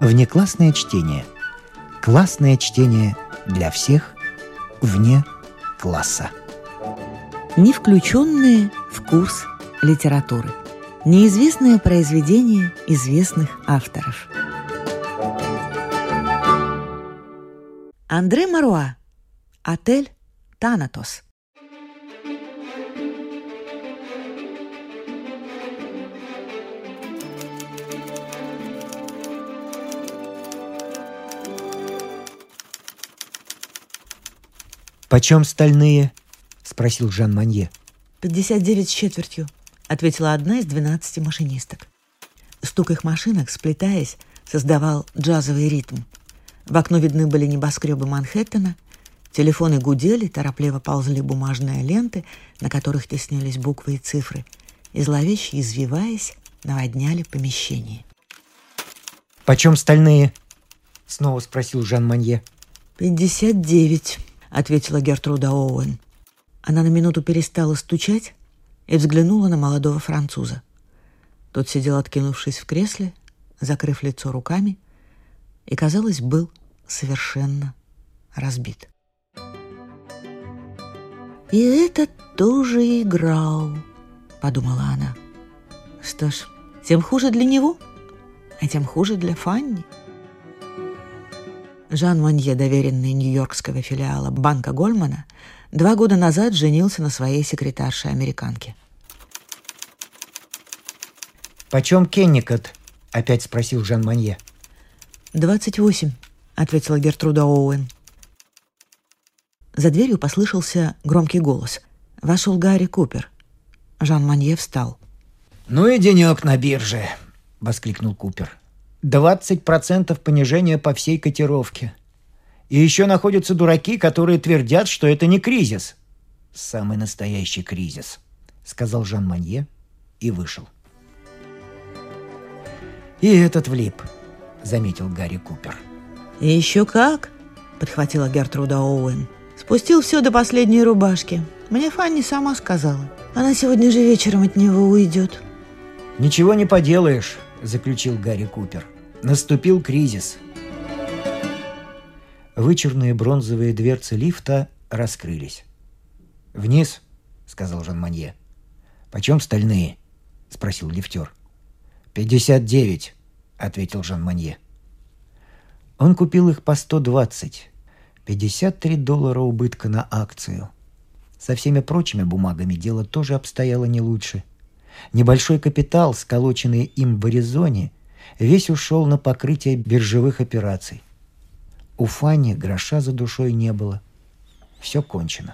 Внеклассное чтение. Классное чтение для всех вне класса. Не включенные в курс литературы. Неизвестное произведение известных авторов. Андре Маруа. Отель Танатос. «Почем стальные?» — спросил Жан Монье. 59 с четвертью, ответила одна из 12 машинисток. Стук их машинок, сплетаясь, создавал джазовый ритм. В окно видны были небоскребы Манхэттена, телефоны гудели, торопливо ползли бумажные ленты, на которых теснились буквы и цифры, и зловеще извиваясь, наводняли помещение. «Почем стальные?» — снова спросил Жан Монье. 59, ответила Гертруда Оуэн. Она на минуту перестала стучать и взглянула на молодого француза. Тот сидел, откинувшись в кресле, закрыв лицо руками, и, казалось, был совершенно разбит. «И этот тоже играл», — подумала она. «Что ж, тем хуже для него, а тем хуже для Фанни». Жан Монье, доверенный нью-йоркского филиала банка Гольмана, 2 года назад женился на своей секретарше-американке. «Почем Кенникот?» — опять спросил Жан Монье. 28, ответила Гертруда Оуэн. За дверью послышался громкий голос. Вошел Гарри Купер. Жан Монье встал. «Ну и денек на бирже!» — воскликнул Купер. 20% понижения по всей котировке. И еще находятся дураки, которые твердят, что это не кризис. Самый настоящий кризис, сказал Жан Монье и вышел. И этот влип, заметил Гарри Купер. И еще как, подхватила Гертруда Оуэн. Спустил все до последней рубашки. Мне Фанни сама сказала. Она сегодня же вечером от него уйдет. Ничего не поделаешь, заключил Гарри Купер. Наступил кризис. Вычурные бронзовые дверцы лифта раскрылись. «Вниз», — сказал Жан Монье. «Почем стальные?» — спросил лифтер. 59, — ответил Жан Монье. Он купил их по 120. $53 убытка на акцию. Со всеми прочими бумагами дело тоже обстояло не лучше. Небольшой капитал, сколоченный им в Аризоне, весь ушел на покрытие биржевых операций. У Фанни гроша за душой не было. Все кончено.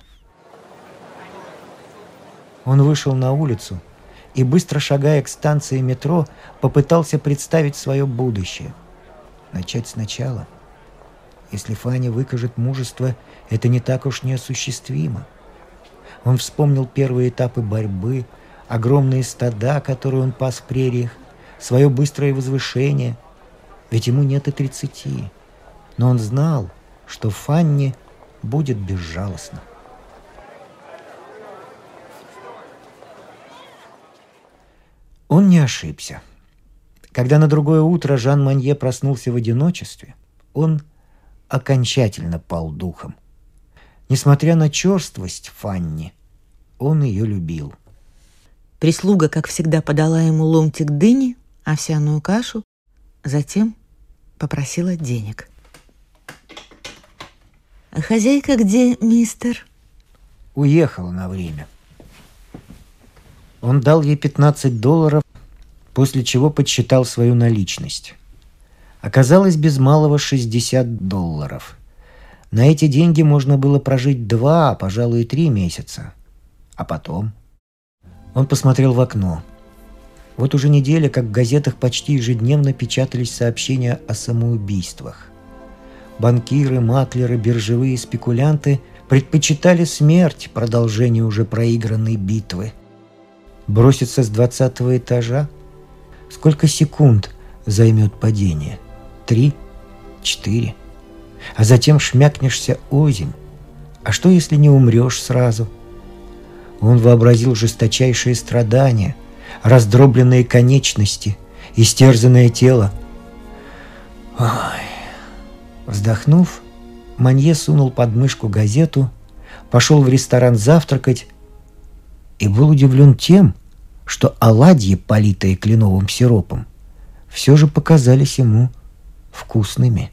Он вышел на улицу и, быстро шагая к станции метро, попытался представить свое будущее. Начать сначала. Если Фанни выкажет мужество, это не так уж неосуществимо. Он вспомнил первые этапы борьбы, огромные стада, которые он пас в прериях, свое быстрое возвышение. Ведь ему нет и 30. Но он знал, что Фанни будет безжалостна. Он не ошибся. Когда на другое утро Жан Монье проснулся в одиночестве, он окончательно пал духом. Несмотря на черствость Фанни, он ее любил. Прислуга, как всегда, подала ему ломтик дыни, овсяную кашу, затем попросила денег. «А хозяйка где, мистер?» Уехала на время. Он дал ей $15, после чего подсчитал свою наличность. Оказалось без малого $60. На эти деньги можно было прожить 2, пожалуй, 3 месяца. А потом... Он посмотрел в окно. Вот уже неделя, как в газетах почти ежедневно печатались сообщения о самоубийствах. Банкиры, маклеры, биржевые спекулянты предпочитали смерть продолжению уже проигранной битвы. Броситься с 20-го этажа? Сколько секунд займет падение? 3? 4? А затем шмякнешься озимь. А что, если не умрешь сразу? Он вообразил жесточайшие страдания, раздробленные конечности, истерзанное тело. Ой. Вздохнув, Манье сунул под мышку газету, пошел в ресторан завтракать и был удивлен тем, что оладьи, политые кленовым сиропом, все же показались ему вкусными.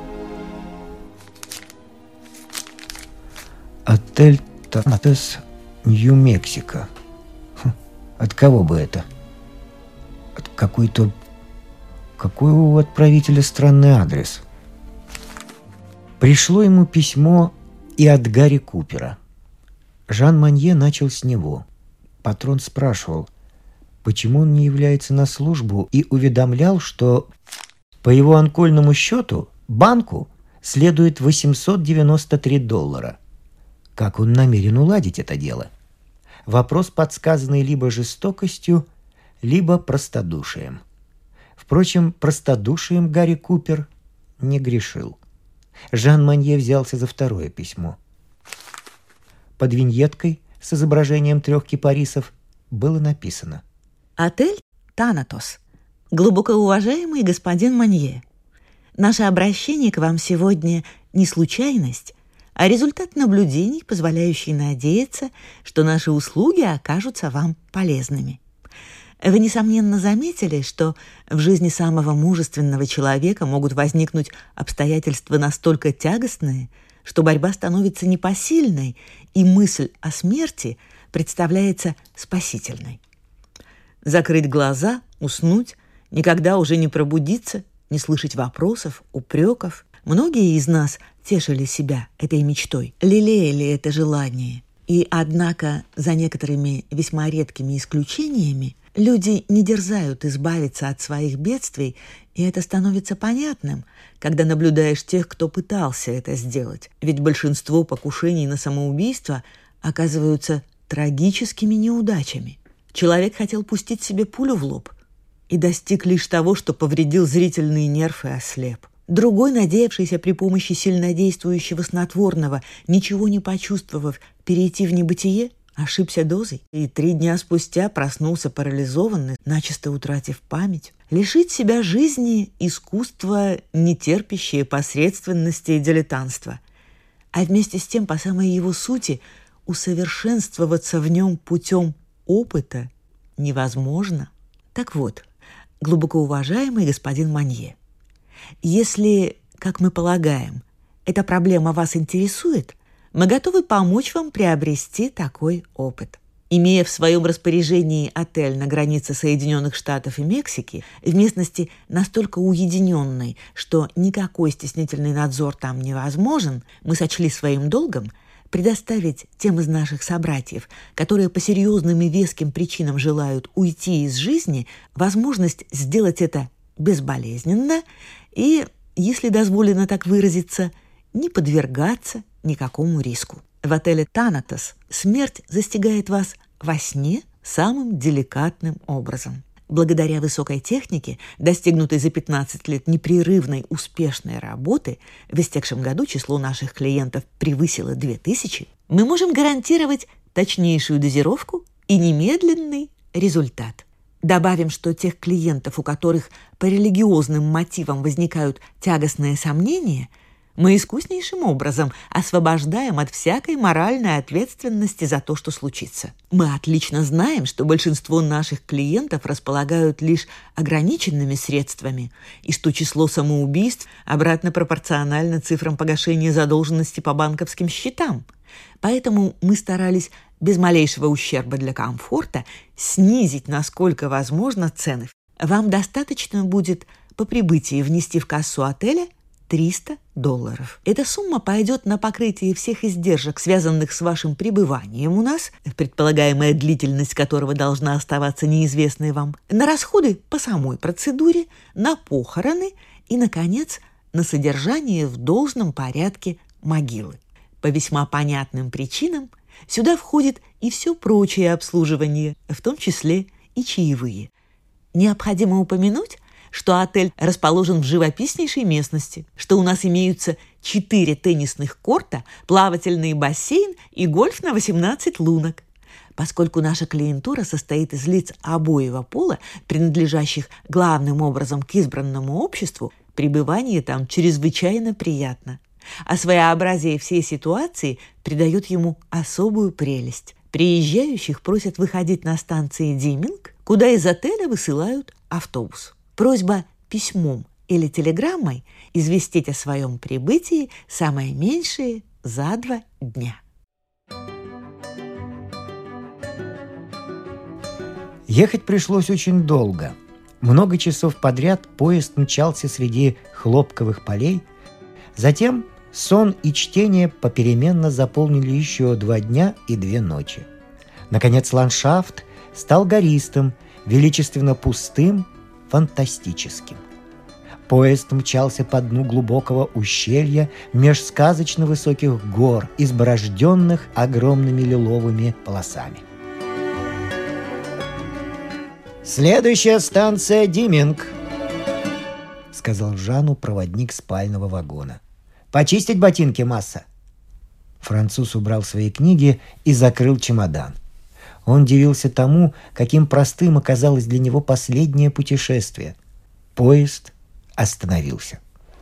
Отель Танатес, Нью-Мексико. От кого бы это? От какой-то... Какой у отправителя странный адрес? Пришло ему письмо и от Гарри Купера. Жан Манье начал с него. Патрон спрашивал, почему он не является на службу, и уведомлял, что по его анкольному счету банку следует $893. Как он намерен уладить это дело? Вопрос, подсказанный либо жестокостью, либо простодушием. Впрочем, простодушием Гарри Купер не грешил. Жан Манье взялся за второе письмо. Под виньеткой с изображением 3 кипарисов было написано: «Отель Танатос. Глубокоуважаемый господин Манье, наше обращение к вам сегодня не случайность, а результат наблюдений, позволяющий надеяться, что наши услуги окажутся вам полезными. Вы, несомненно, заметили, что в жизни самого мужественного человека могут возникнуть обстоятельства настолько тягостные, что борьба становится непосильной, и мысль о смерти представляется спасительной. Закрыть глаза, уснуть, никогда уже не пробудиться, не слышать вопросов, упреков. Многие из нас тешили себя этой мечтой, лелеяли это желание. И, однако, за некоторыми весьма редкими исключениями, люди не дерзают избавиться от своих бедствий, и это становится понятным, когда наблюдаешь тех, кто пытался это сделать. Ведь большинство покушений на самоубийство оказываются трагическими неудачами. Человек хотел пустить себе пулю в лоб и достиг лишь того, что повредил зрительный нерв и ослеп. Другой, надеявшийся при помощи сильнодействующего снотворного, ничего не почувствовав, перейти в небытие, ошибся дозой и 3 дня спустя проснулся парализованный, начисто утратив память. Лишить себя жизни – искусство, не терпящее посредственности и дилетантства. А вместе с тем, по самой его сути, усовершенствоваться в нем путем опыта невозможно. Так вот, глубокоуважаемый господин Манье, если, как мы полагаем, эта проблема вас интересует, мы готовы помочь вам приобрести такой опыт. Имея в своем распоряжении отель на границе Соединенных Штатов и Мексики, в местности настолько уединенной, что никакой стеснительный надзор там невозможен, мы сочли своим долгом предоставить тем из наших собратьев, которые по серьезным и веским причинам желают уйти из жизни, возможность сделать это безболезненно и, если дозволено так выразиться, не подвергаться никакому риску. В отеле «Танатос» смерть застигает вас во сне самым деликатным образом. Благодаря высокой технике, достигнутой за 15 лет непрерывной успешной работы, в истекшем году число наших клиентов превысило 2000, мы можем гарантировать точнейшую дозировку и немедленный результат. Добавим, что тех клиентов, у которых по религиозным мотивам возникают тягостные сомнения, мы искуснейшим образом освобождаем от всякой моральной ответственности за то, что случится. Мы отлично знаем, что большинство наших клиентов располагают лишь ограниченными средствами, и что число самоубийств обратно пропорционально цифрам погашения задолженности по банковским счетам. Поэтому мы старались без малейшего ущерба для комфорта снизить, насколько возможно, цены. Вам достаточно будет по прибытии внести в кассу отеля $300. Эта сумма пойдет на покрытие всех издержек, связанных с вашим пребыванием у нас, предполагаемая длительность которого должна оставаться неизвестной вам, на расходы по самой процедуре, на похороны и, наконец, на содержание в должном порядке могилы. По весьма понятным причинам сюда входит и все прочее обслуживание, в том числе и чаевые. Необходимо упомянуть, что отель расположен в живописнейшей местности, что у нас имеются 4 теннисных корта, плавательный бассейн и гольф на 18 лунок. Поскольку наша клиентура состоит из лиц обоего пола, принадлежащих главным образом к избранному обществу, Пребывание там чрезвычайно приятно, а своеобразие всей ситуации придает ему особую прелесть. Приезжающих просят выходить на станции Диминг, куда из отеля высылают автобус. Просьба письмом или телеграммой известить о своем прибытии самое меньшее за 2 дня. Ехать пришлось очень долго. Много часов подряд поезд мчался среди хлопковых полей. Затем сон и чтение попеременно заполнили еще 2 дня и 2 ночи. Наконец ландшафт стал гористым, величественно пустым, фантастическим. Поезд мчался по дну глубокого ущелья меж сказочно высоких гор, изборожденных огромными лиловыми полосами. «Следующая станция Диминг», — сказал Жану проводник спального вагона. «Почистить ботинки, масса». Француз убрал свои книги и закрыл чемодан. Он дивился тому, каким простым оказалось для него последнее путешествие. Поезд остановился.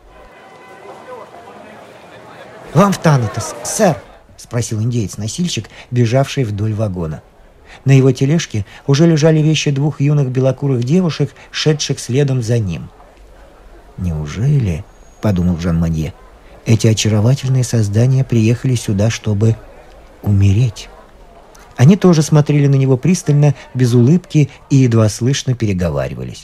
«Вам в Танатос, сэр?» — спросил индеец-носильщик, бежавший вдоль вагона. На его тележке уже лежали вещи 2 юных белокурых девушек, шедших следом за ним. «Неужели, — подумал Жан Манье, — эти очаровательные создания приехали сюда, чтобы умереть?» Они тоже смотрели на него пристально, без улыбки, и едва слышно переговаривались.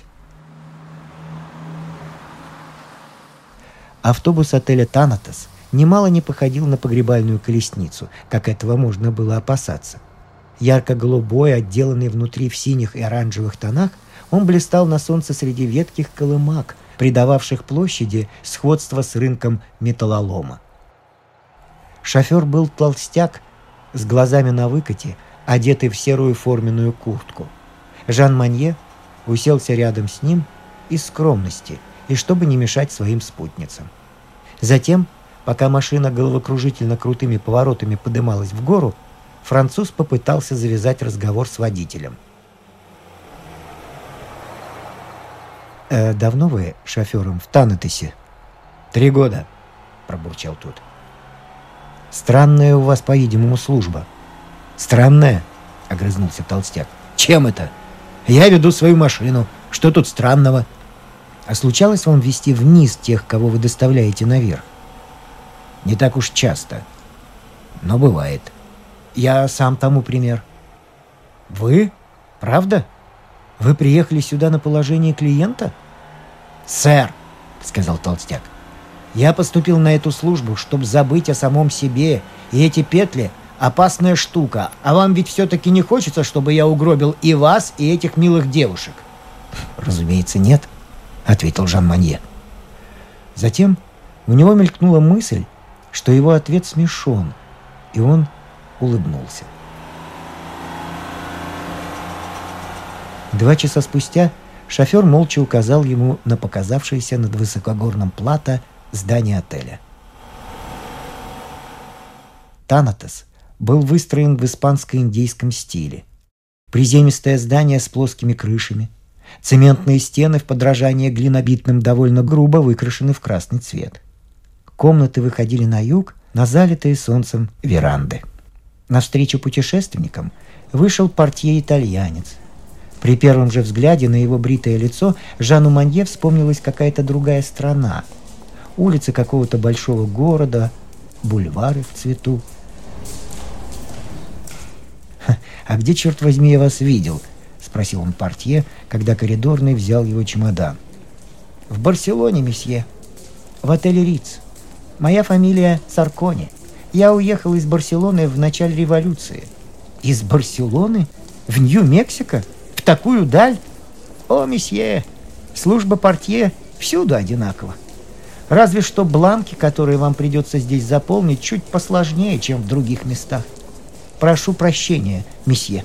Автобус отеля «Танатос» немало не походил на погребальную колесницу, как этого можно было опасаться. Ярко-голубой, отделанный внутри в синих и оранжевых тонах, он блистал на солнце среди ветких колымак, придававших площади сходство с рынком металлолома. Шофер был толстяк с глазами на выкате, одетый в серую форменную куртку. Жан Манье уселся рядом с ним из скромности и чтобы не мешать своим спутницам. Затем, пока машина головокружительно крутыми поворотами подымалась в гору, француз попытался завязать разговор с водителем. «Давно вы шофером в Танатосе?» 3 года», — пробурчал тот. «Странная у вас, по-видимому, служба». «Странная?» — огрызнулся толстяк. «Чем это? Я веду свою машину. Что тут странного?» «А случалось вам везти вниз тех, кого вы доставляете наверх?» «Не так уж часто. Но бывает. Я сам тому пример». «Вы? Правда? Вы приехали сюда на положение клиента?» «Сэр», — сказал толстяк, — «я поступил на эту службу, чтобы забыть о самом себе, и эти петли — опасная штука, а вам ведь все-таки не хочется, чтобы я угробил и вас, и этих милых девушек?» «Разумеется, нет», — ответил Жан Манье. Затем у него мелькнула мысль, что его ответ смешон, и он улыбнулся. 2 часа спустя шофер молча указал ему на показавшееся над высокогорным плато здание отеля. Танатос был выстроен в испанско-индейском стиле. Приземистое здание с плоскими крышами, цементные стены в подражание глинобитным довольно грубо выкрашены в красный цвет. Комнаты выходили на юг, на залитые солнцем веранды. Навстречу путешественникам вышел портье-итальянец. При первом же взгляде на его бритое лицо Жану Манье вспомнилась какая-то другая страна. Улицы какого-то большого города, бульвары в цвету. «А где, черт возьми, я вас видел?» — спросил он портье, когда коридорный взял его чемодан. «В Барселоне, месье. В отеле Риц. Моя фамилия Саркони. Я уехал из Барселоны в начале революции». «Из Барселоны? В Нью-Мексико? В такую даль? О, месье, служба портье всюду одинакова. Разве что бланки, которые вам придется здесь заполнить, чуть посложнее, чем в других местах. Прошу прощения, месье».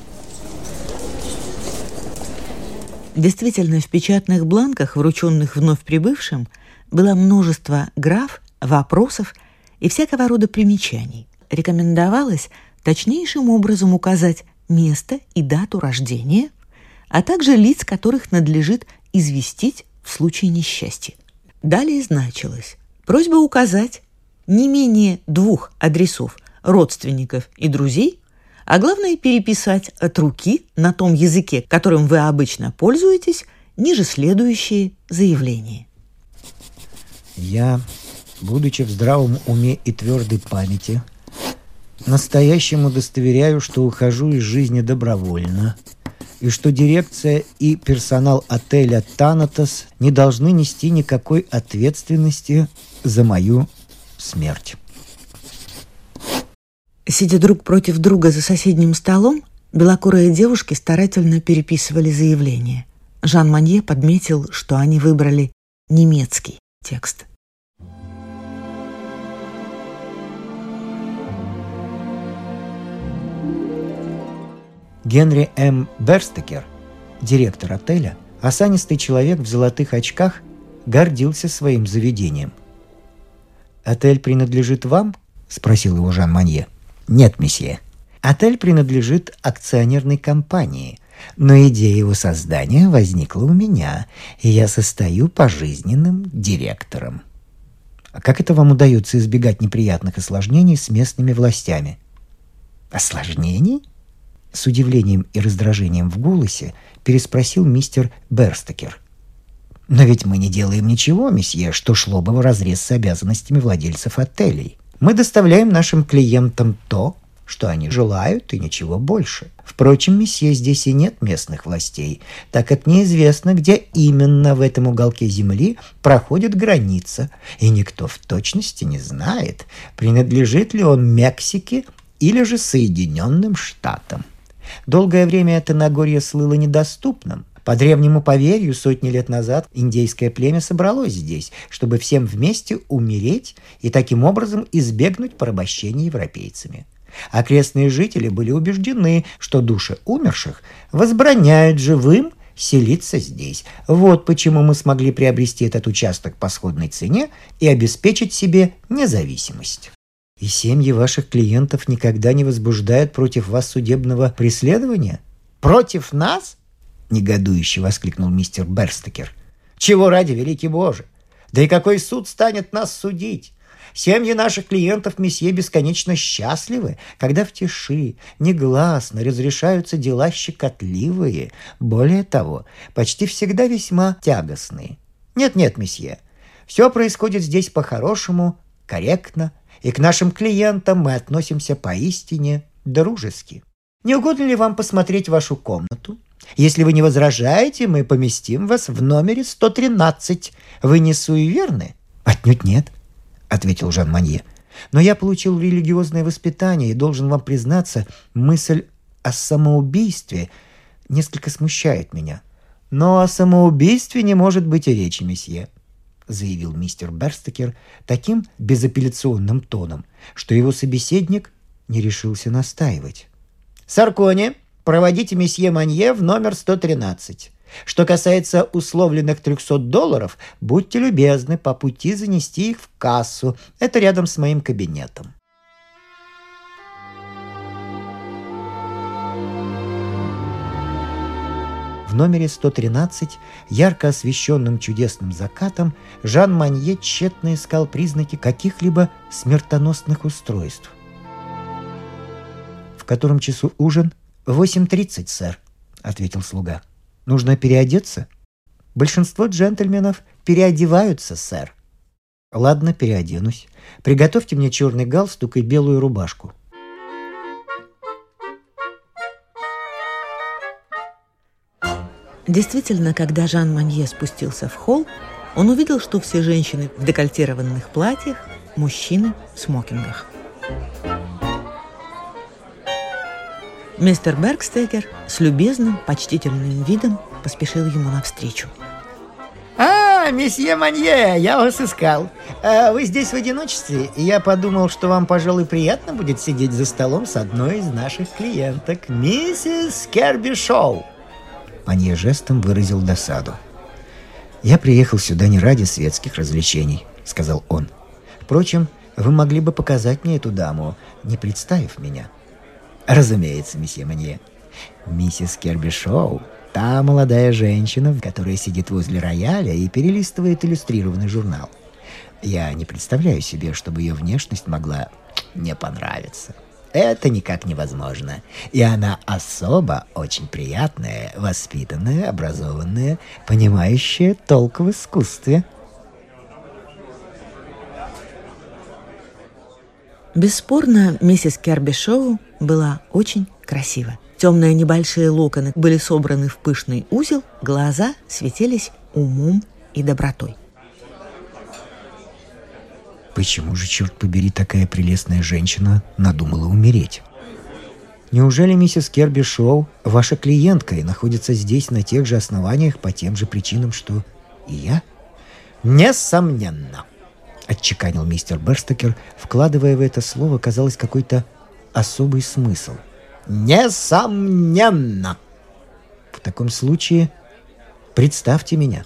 Действительно, в печатных бланках, врученных вновь прибывшим, было множество граф, вопросов и всякого рода примечаний. Рекомендовалось точнейшим образом указать место и дату рождения, а также лиц, которых надлежит известить в случае несчастья. Далее значилось: просьба указать не менее 2 адресов родственников и друзей, а главное переписать от руки на том языке, которым вы обычно пользуетесь, ниже следующие заявления. Я, будучи в здравом уме и твердой памяти, настоящему удостоверяю, что ухожу из жизни добровольно, и что дирекция и персонал отеля «Танатос» не должны нести никакой ответственности за мою смерть. Сидя друг против друга за соседним столом, белокурые девушки старательно переписывали заявление. Жан Манье подметил, что они выбрали немецкий текст. Генри М. Берстекер, директор отеля, осанистый человек в золотых очках, гордился своим заведением. «Отель принадлежит вам?» – спросил его Жан Манье. «Нет, месье. Отель принадлежит акционерной компании, но идея его создания возникла у меня, и я состою пожизненным директором». «А как это вам удается избегать неприятных осложнений с местными властями?» «Осложнений?» С удивлением и раздражением в голосе переспросил мистер Берстекер. «Но ведь мы не делаем ничего, месье, что шло бы вразрез с обязанностями владельцев отелей. Мы доставляем нашим клиентам то, что они желают, и ничего больше. Впрочем, месье, здесь и нет местных властей, так как неизвестно, где именно в этом уголке земли проходит граница, и никто в точности не знает, принадлежит ли он Мексике или же Соединенным Штатам. Долгое время это Нагорье слыло недоступным. По древнему поверью, сотни лет назад индейское племя собралось здесь, чтобы всем вместе умереть и таким образом избегнуть порабощения европейцами. Окрестные жители были убеждены, что души умерших возбраняют живым селиться здесь. Вот почему мы смогли приобрести этот участок по сходной цене и обеспечить себе независимость. И семьи ваших клиентов никогда не возбуждают против вас судебного преследования? Против нас? Негодующе воскликнул мистер Берстекер. Чего ради, великий Боже? Да и какой суд станет нас судить? Семьи наших клиентов, месье, бесконечно счастливы, когда в тиши, негласно разрешаются дела щекотливые, более того, почти всегда весьма тягостные. Нет, месье, все происходит здесь по-хорошему, корректно, и к нашим клиентам мы относимся поистине дружески. Не угодно ли вам посмотреть вашу комнату? Если вы не возражаете, мы поместим вас в номере 113. Вы не суеверны? Отнюдь нет, ответил Жан Манье. Но я получил религиозное воспитание и должен вам признаться, мысль о самоубийстве несколько смущает меня. Но о самоубийстве не может быть и речи, месье, заявил мистер Берстекер таким безапелляционным тоном, что его собеседник не решился настаивать. «Саркони, проводите месье Манье в номер 113. Что касается условленных $300, будьте любезны по пути занести их в кассу. Это рядом с моим кабинетом». В номере 113, ярко освещенным чудесным закатом, Жан Манье тщетно искал признаки каких-либо смертоносных устройств. «В котором часу ужин?» 8:30, сэр», — ответил слуга. «Нужно переодеться?» «Большинство джентльменов переодеваются, сэр». «Ладно, переоденусь. Приготовьте мне черный галстук и белую рубашку». Действительно, когда Жан Манье спустился в холл, он увидел, что все женщины в декольтированных платьях, мужчины в смокингах. Мистер Берстекер с любезным, почтительным видом поспешил ему навстречу. Месье Манье, я вас искал. Вы здесь в одиночестве, и я подумал, что вам, пожалуй, приятно будет сидеть за столом с одной из наших клиенток, миссис Кербишоу». Манье жестом выразил досаду. «Я приехал сюда не ради светских развлечений», — сказал он. «Впрочем, вы могли бы показать мне эту даму, не представив меня». «Разумеется, месье Манье. Миссис Кербишоу та молодая женщина, которая сидит возле рояля и перелистывает иллюстрированный журнал. Я не представляю себе, чтобы ее внешность могла мне понравиться. Это никак невозможно. И она особо очень приятная, воспитанная, образованная, понимающая толк в искусстве. Бесспорно, миссис Кербишоу была очень красива. Темные небольшие локоны были собраны в пышный узел, глаза светились умом и добротой. Почему же, черт побери, такая прелестная женщина надумала умереть? Неужели миссис Кербишоу ваша клиентка и находится здесь на тех же основаниях по тем же причинам, что и я? Несомненно, отчеканил мистер Берстекер, вкладывая в это слово, казалось, какой-то особый смысл. Несомненно. В таком случае представьте меня.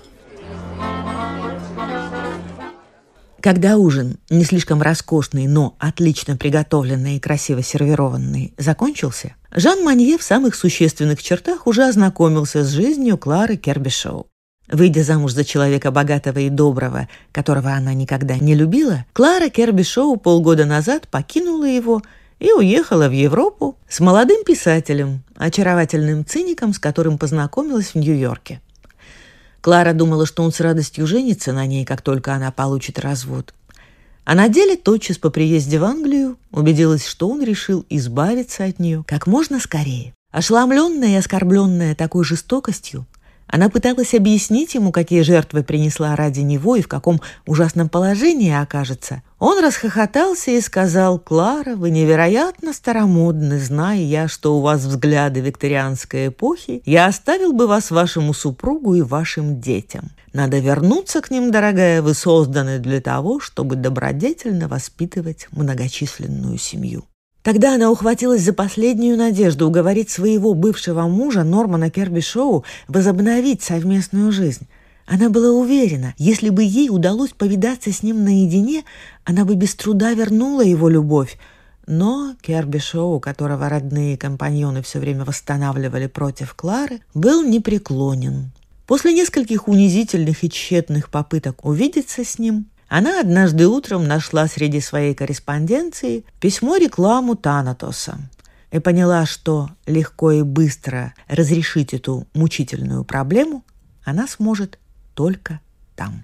Когда ужин, не слишком роскошный, но отлично приготовленный и красиво сервированный, закончился, Жан Манье в самых существенных чертах уже ознакомился с жизнью Клары Кербишоу. Выйдя замуж за человека богатого и доброго, которого она никогда не любила, Клара Кербишоу полгода назад покинула его и уехала в Европу с молодым писателем, очаровательным циником, с которым познакомилась в Нью-Йорке. Клара думала, что он с радостью женится на ней, как только она получит развод. А на деле тотчас по приезде в Англию убедилась, что он решил избавиться от нее как можно скорее. Ошеломленная и оскорбленная такой жестокостью, она пыталась объяснить ему, какие жертвы принесла ради него и в каком ужасном положении окажется. Он расхохотался и сказал: «Клара, вы невероятно старомодны. Зная я, что у вас взгляды викторианской эпохи, я оставил бы вас вашему супругу и вашим детям. Надо вернуться к ним, дорогая, вы созданы для того, чтобы добродетельно воспитывать многочисленную семью». Тогда она ухватилась за последнюю надежду уговорить своего бывшего мужа Нормана Кербишоу возобновить совместную жизнь. Она была уверена, если бы ей удалось повидаться с ним наедине, она бы без труда вернула его любовь. Но Кербишоу, которого родные компаньоны все время восстанавливали против Клары, был непреклонен. После нескольких унизительных и тщетных попыток увидеться с ним, она однажды утром нашла среди своей корреспонденции письмо-рекламу Танатоса и поняла, что легко и быстро разрешить эту мучительную проблему она сможет только там.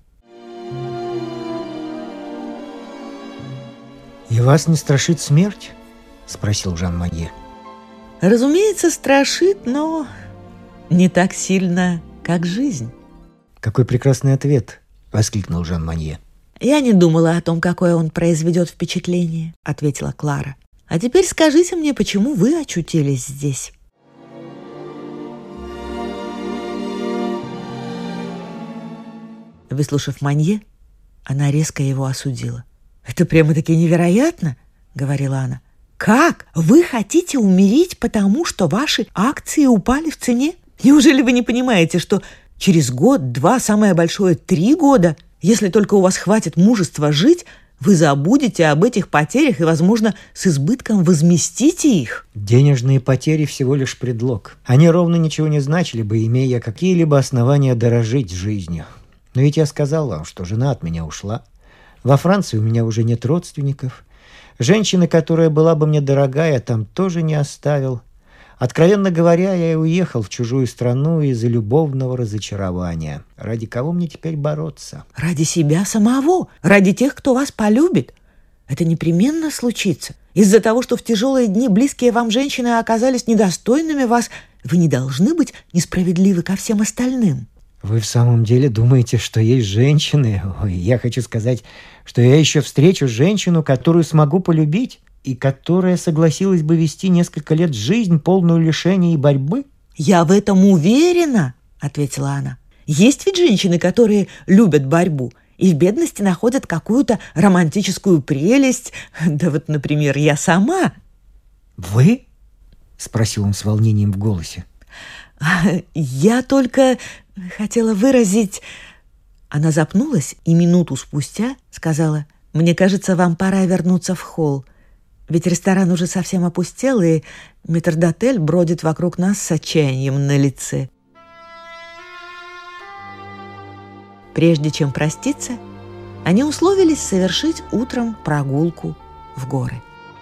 «И вас не страшит смерть?» – спросил Жан Манье. Разумеется, страшит, но не так сильно, как жизнь. «Какой прекрасный ответ!» – воскликнул Жан Манье. «Я не думала о том, какое он произведет впечатление», — ответила Клара. «А теперь скажите мне, почему вы очутились здесь?» Выслушав Манье, она резко его осудила. «Это прямо-таки невероятно», — говорила она. «Как? Вы хотите умереть, потому что ваши акции упали в цене? Неужели вы не понимаете, что через год, 2, самое большое 3 года, если только у вас хватит мужества жить, вы забудете об этих потерях и, возможно, с избытком возместите их?» Денежные потери всего лишь предлог. Они ровно ничего не значили бы, имея какие-либо основания дорожить жизнью. Но ведь я сказал вам, что жена от меня ушла. Во Франции у меня уже нет родственников. Женщины, которая была бы мне дорогая, там тоже не оставил. Откровенно говоря, я и уехал в чужую страну из-за любовного разочарования. Ради кого мне теперь бороться? Ради себя самого, ради тех, кто вас полюбит. Это непременно случится. Из-за того, что в тяжелые дни близкие вам женщины оказались недостойными вас, вы не должны быть несправедливы ко всем остальным. Вы в самом деле думаете, что есть женщины? Ой, я хочу сказать, что я еще встречу женщину, которую смогу полюбить, и которая согласилась бы вести несколько лет жизнь, полную лишений и борьбы? «Я в этом уверена», — ответила она. «Есть ведь женщины, которые любят борьбу и в бедности находят какую-то романтическую прелесть. Да вот, например, я сама». «Вы?» — спросил он с волнением в голосе. «Я только хотела выразить...» Она запнулась и минуту спустя сказала: «Мне кажется, вам пора вернуться в холл. Ведь ресторан уже совсем опустел, и метрдотель бродит вокруг нас с отчаянием на лице». Прежде чем проститься, они условились совершить утром прогулку в горы.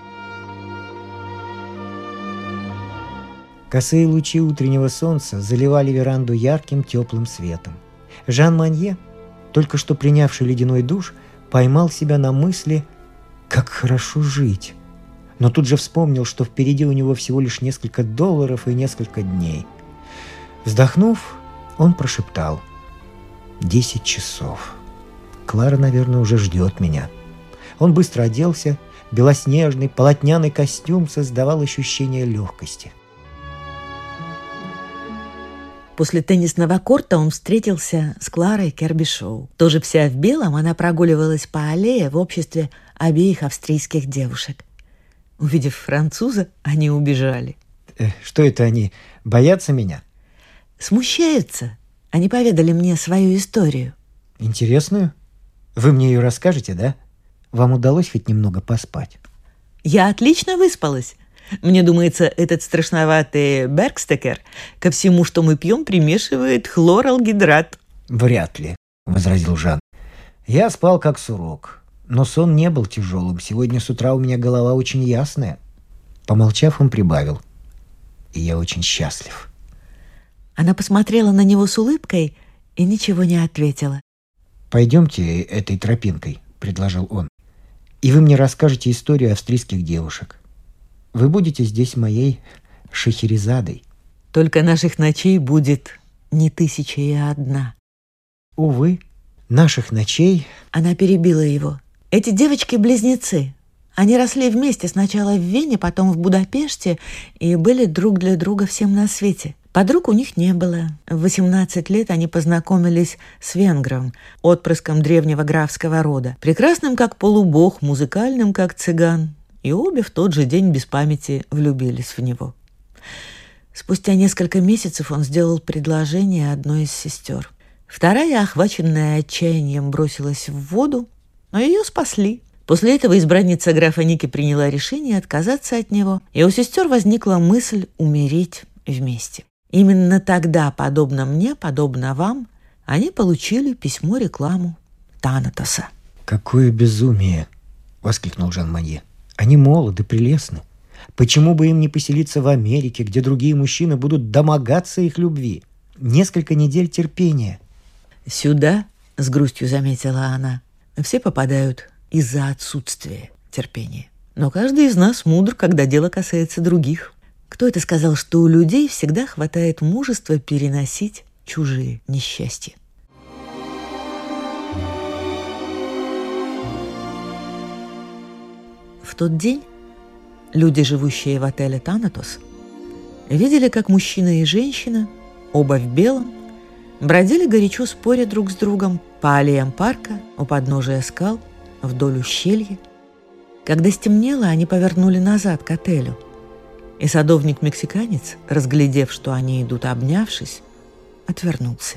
Косые лучи утреннего солнца заливали веранду ярким теплым светом. Жан Манье, только что принявший ледяной душ, поймал себя на мысли, как хорошо жить. Но тут же вспомнил, что впереди у него всего лишь несколько долларов и несколько дней. Вздохнув, он прошептал: 10 часов. Клара, наверное, уже ждет меня. Он быстро оделся. Белоснежный полотняный костюм создавал ощущение легкости. После теннисного корта он встретился с Кларой Кербишоу. Тоже вся в белом, она прогуливалась по аллее в обществе обеих австрийских девушек. Увидев француза, они убежали. Что это они? Боятся меня? Смущаются. Они поведали мне свою историю. Интересную? Вы мне ее расскажете, да? Вам удалось хоть немного поспать? Я отлично выспалась. Мне думается, этот страшноватый Беркстекер ко всему, что мы пьем, примешивает хлоралгидрат. Вряд ли, возразил Жан. Я спал как сурок, но сон не был тяжелым. Сегодня с утра у меня голова очень ясная. Помолчав, он прибавил: и я очень счастлив. Она посмотрела на него с улыбкой и ничего не ответила. «Пойдемте этой тропинкой», — предложил он, — «и вы мне расскажете историю австрийских девушек. Вы будете здесь моей Шахерезадой». Только наших ночей будет не 1001. Увы, наших ночей... Она перебила его. Эти девочки-близнецы. Они росли вместе, сначала в Вене, потом в Будапеште, и были друг для друга всем на свете. Подруг у них не было. В 18 лет они познакомились с венгром, отпрыском древнего графского рода, прекрасным как полубог, музыкальным как цыган. И обе в тот же день без памяти влюбились в него. Спустя несколько месяцев он сделал предложение одной из сестер. Вторая, охваченная отчаянием, бросилась в воду, но ее спасли. После этого избранница графа Ники приняла решение отказаться от него, и у сестер возникла мысль умереть вместе. Именно тогда, подобно мне, подобно вам, они получили письмо-рекламу Танатоса. «Какое безумие!» — воскликнул Жан Манье. «Они молоды, прелестны. Почему бы им не поселиться в Америке, где другие мужчины будут домогаться их любви? Несколько недель терпения». «Сюда, — с грустью заметила она, — все попадают из-за отсутствия терпения. Но каждый из нас мудр, когда дело касается других. Кто это сказал, что у людей всегда хватает мужества переносить чужие несчастья?» В тот день люди, живущие в отеле «Танатос», видели, как мужчина и женщина, оба в белом, бродили горячо споря друг с другом по аллеям парка, у подножия скал, вдоль ущелья. Когда стемнело, они повернули назад к отелю, и садовник-мексиканец, разглядев, что они идут обнявшись, отвернулся.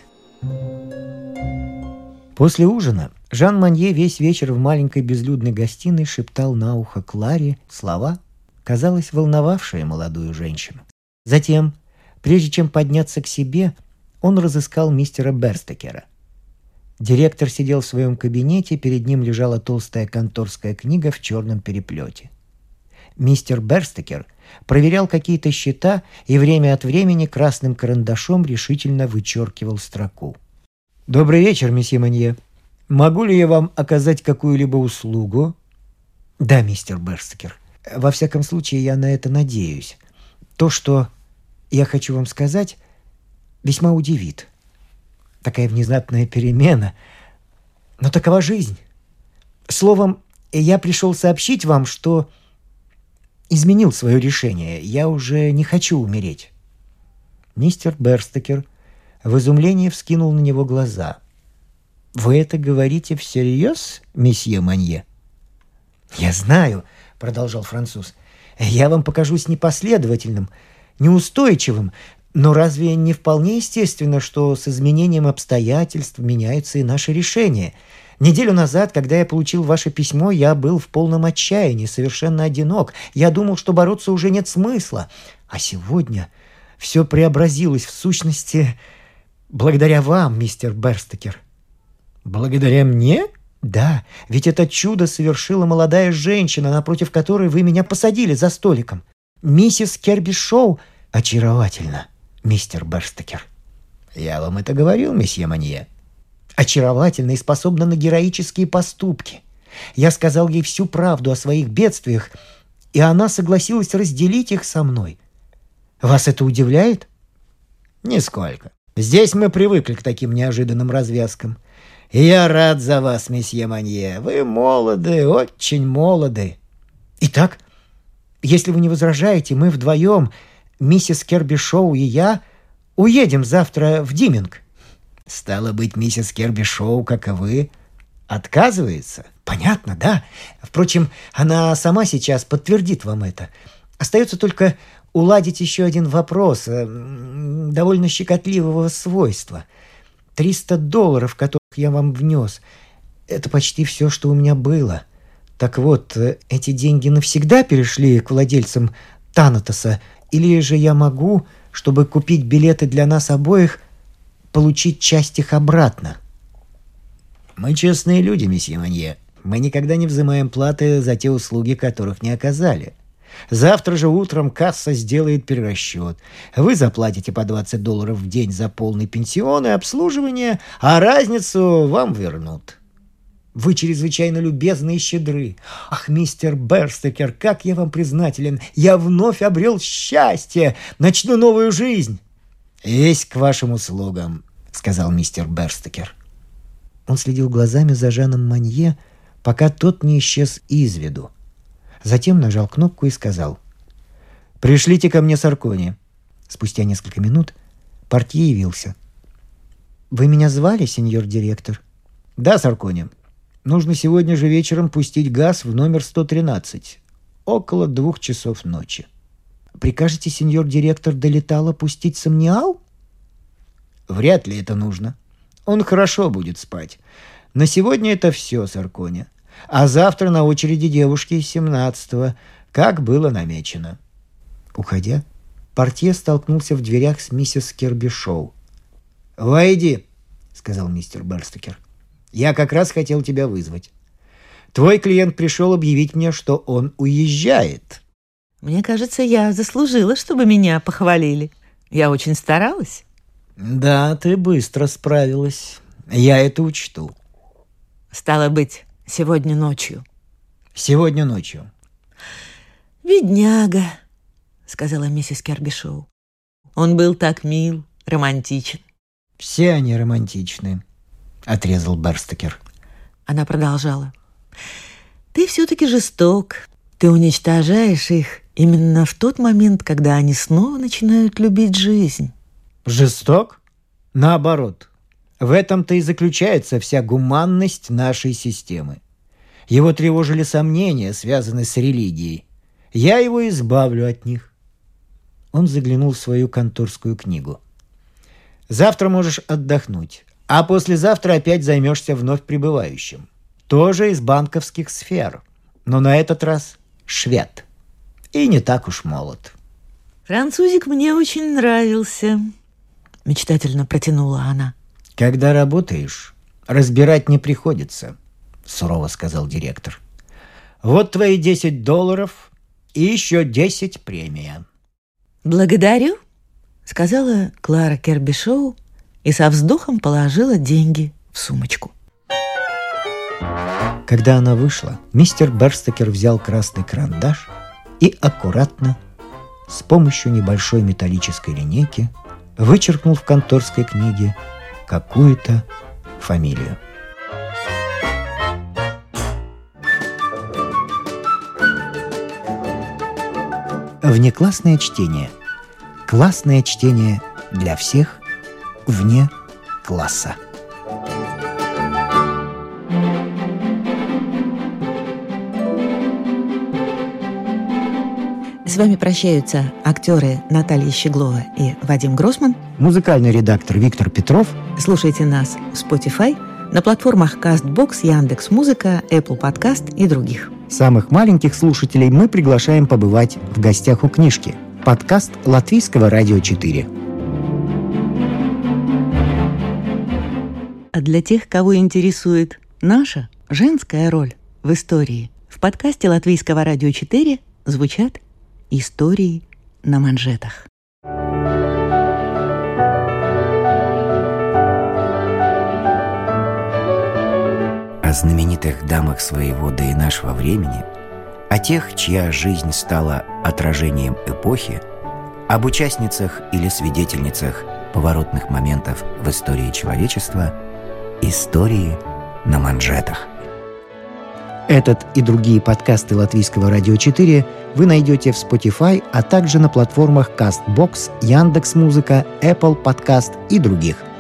После ужина Жан Манье весь вечер в маленькой безлюдной гостиной шептал на ухо Кларе слова, казалось, волновавшие молодую женщину. Затем, прежде чем подняться к себе, он разыскал мистера Берстекера. Директор сидел в своем кабинете, перед ним лежала толстая конторская книга в черном переплете. Мистер Берстекер проверял какие-то счета и время от времени красным карандашом решительно вычеркивал строку. «Добрый вечер, месье Манье. Могу ли я вам оказать какую-либо услугу?» «Да, мистер Берстекер. Во всяком случае, я на это надеюсь. То, что я хочу вам сказать, весьма удивит. Такая внезапная перемена. Но такова жизнь. Словом, я пришел сообщить вам, что изменил свое решение. Я уже не хочу умереть». Мистер Берстекер в изумлении вскинул на него глаза. «Вы это говорите всерьез, месье Манье?» «Я знаю», — продолжал француз, — «я вам покажусь непоследовательным, неустойчивым, но разве не вполне естественно, что с изменением обстоятельств меняются и наши решения? Неделю назад, когда я получил ваше письмо, я был в полном отчаянии, совершенно одинок. Я думал, что бороться уже нет смысла. А сегодня все преобразилось в сущности благодаря вам, мистер Берстекер». Благодаря мне? Да, ведь это чудо совершила молодая женщина, напротив которой вы меня посадили за столиком. Миссис Кербишоу очаровательна, мистер Берстекер. Я вам это говорил, месье Манье. Очаровательна и способна на героические поступки. Я сказал ей всю правду о своих бедствиях, и она согласилась разделить их со мной. Вас это удивляет? Нисколько. Здесь мы привыкли к таким неожиданным развязкам. И я рад за вас, месье Манье. Вы молоды, очень молоды. Итак, если вы не возражаете, мы вдвоем, миссис Кербишоу и я, уедем завтра в Диминг. Стало быть, миссис Кербишоу, как и вы, отказывается? Понятно, да. Впрочем, она сама сейчас подтвердит вам это. Остается только уладить еще один вопрос довольно щекотливого свойства. $300, которых я вам внес, это почти все, что у меня было. Так вот, эти деньги навсегда перешли к владельцам Танатоса, или же я могу, чтобы купить билеты для нас обоих, получить часть их обратно? Мы честные люди, месье Манье. Мы никогда не взимаем платы за те услуги, которых не оказали. Завтра же утром касса сделает перерасчет. Вы заплатите по $20 в день за полный пенсион и обслуживание, а разницу вам вернут. Вы чрезвычайно любезны и щедры. Ах, мистер Берстекер, как я вам признателен. Я вновь обрел счастье, начну новую жизнь. Весь к вашим услугам, сказал мистер Берстекер. Он следил глазами за Жаном Манье, пока тот не исчез из виду. Затем нажал кнопку и сказал: «Пришлите ко мне Саркони». Спустя несколько минут портье явился. «Вы меня звали, сеньор директор?» «Да, Саркони. Нужно сегодня же вечером пустить газ в номер 113. Около 2 часов ночи». «Прикажете, сеньор директор, до Летала пустить сомниал?» «Вряд ли это нужно. Он хорошо будет спать. На сегодня это все, Саркони. А завтра на очереди девушки из 17-го, как было намечено». Уходя, портье столкнулся в дверях с миссис Кербишоу. «Войди», — сказал мистер Берстекер. «Я как раз хотел тебя вызвать. Твой клиент пришел объявить мне, что он уезжает». Мне кажется, я заслужила, чтобы меня похвалили. Я очень старалась. «Да, ты быстро справилась. Я это учту». Стало быть, сегодня ночью. «Сегодня ночью». «Бедняга», — сказала миссис Кербишоу. «Он был так мил, романтичен». «Все они романтичны», — отрезал Берстекер. Она продолжала. «Ты все-таки жесток. Ты уничтожаешь их именно в тот момент, когда они снова начинают любить жизнь». «Жесток? Наоборот. В этом-то и заключается вся гуманность нашей системы. Его тревожили сомнения, связанные с религией. Я его избавлю от них». Он заглянул в свою конторскую книгу. «Завтра можешь отдохнуть, а послезавтра опять займешься вновь прибывающим. Тоже из банковских сфер, но на этот раз швед. И не так уж молод». «Французик мне очень нравился», — мечтательно протянула она. «Когда работаешь, разбирать не приходится», — сурово сказал директор. «Вот твои $10 и еще 10 премия». «Благодарю», — сказала Клара Кербишоу и со вздохом положила деньги в сумочку. Когда она вышла, мистер Берстекер взял красный карандаш и аккуратно, с помощью небольшой металлической линейки, вычеркнул в конторской книге какую-то фамилию. Внеклассное чтение. Классное чтение для всех вне класса. С вами прощаются актеры Наталья Щеглова и Вадим Гроссман. Музыкальный редактор Виктор Петров. Слушайте нас в Spotify, на платформах CastBox, Яндекс.Музыка, Apple Podcast и других. Самых маленьких слушателей мы приглашаем побывать в гостях у книжки. Подкаст Латвийского радио 4. А для тех, кого интересует наша женская роль в истории, в подкасте Латвийского радио 4 звучат истории на манжетах. О знаменитых дамах своего да и нашего времени, о тех, чья жизнь стала отражением эпохи, об участницах или свидетельницах поворотных моментов в истории человечества, истории на манжетах. Этот и другие подкасты Латвийского радио 4 вы найдете в Spotify, а также на платформах CastBox, Яндекс.Музыка, Apple Podcast и других.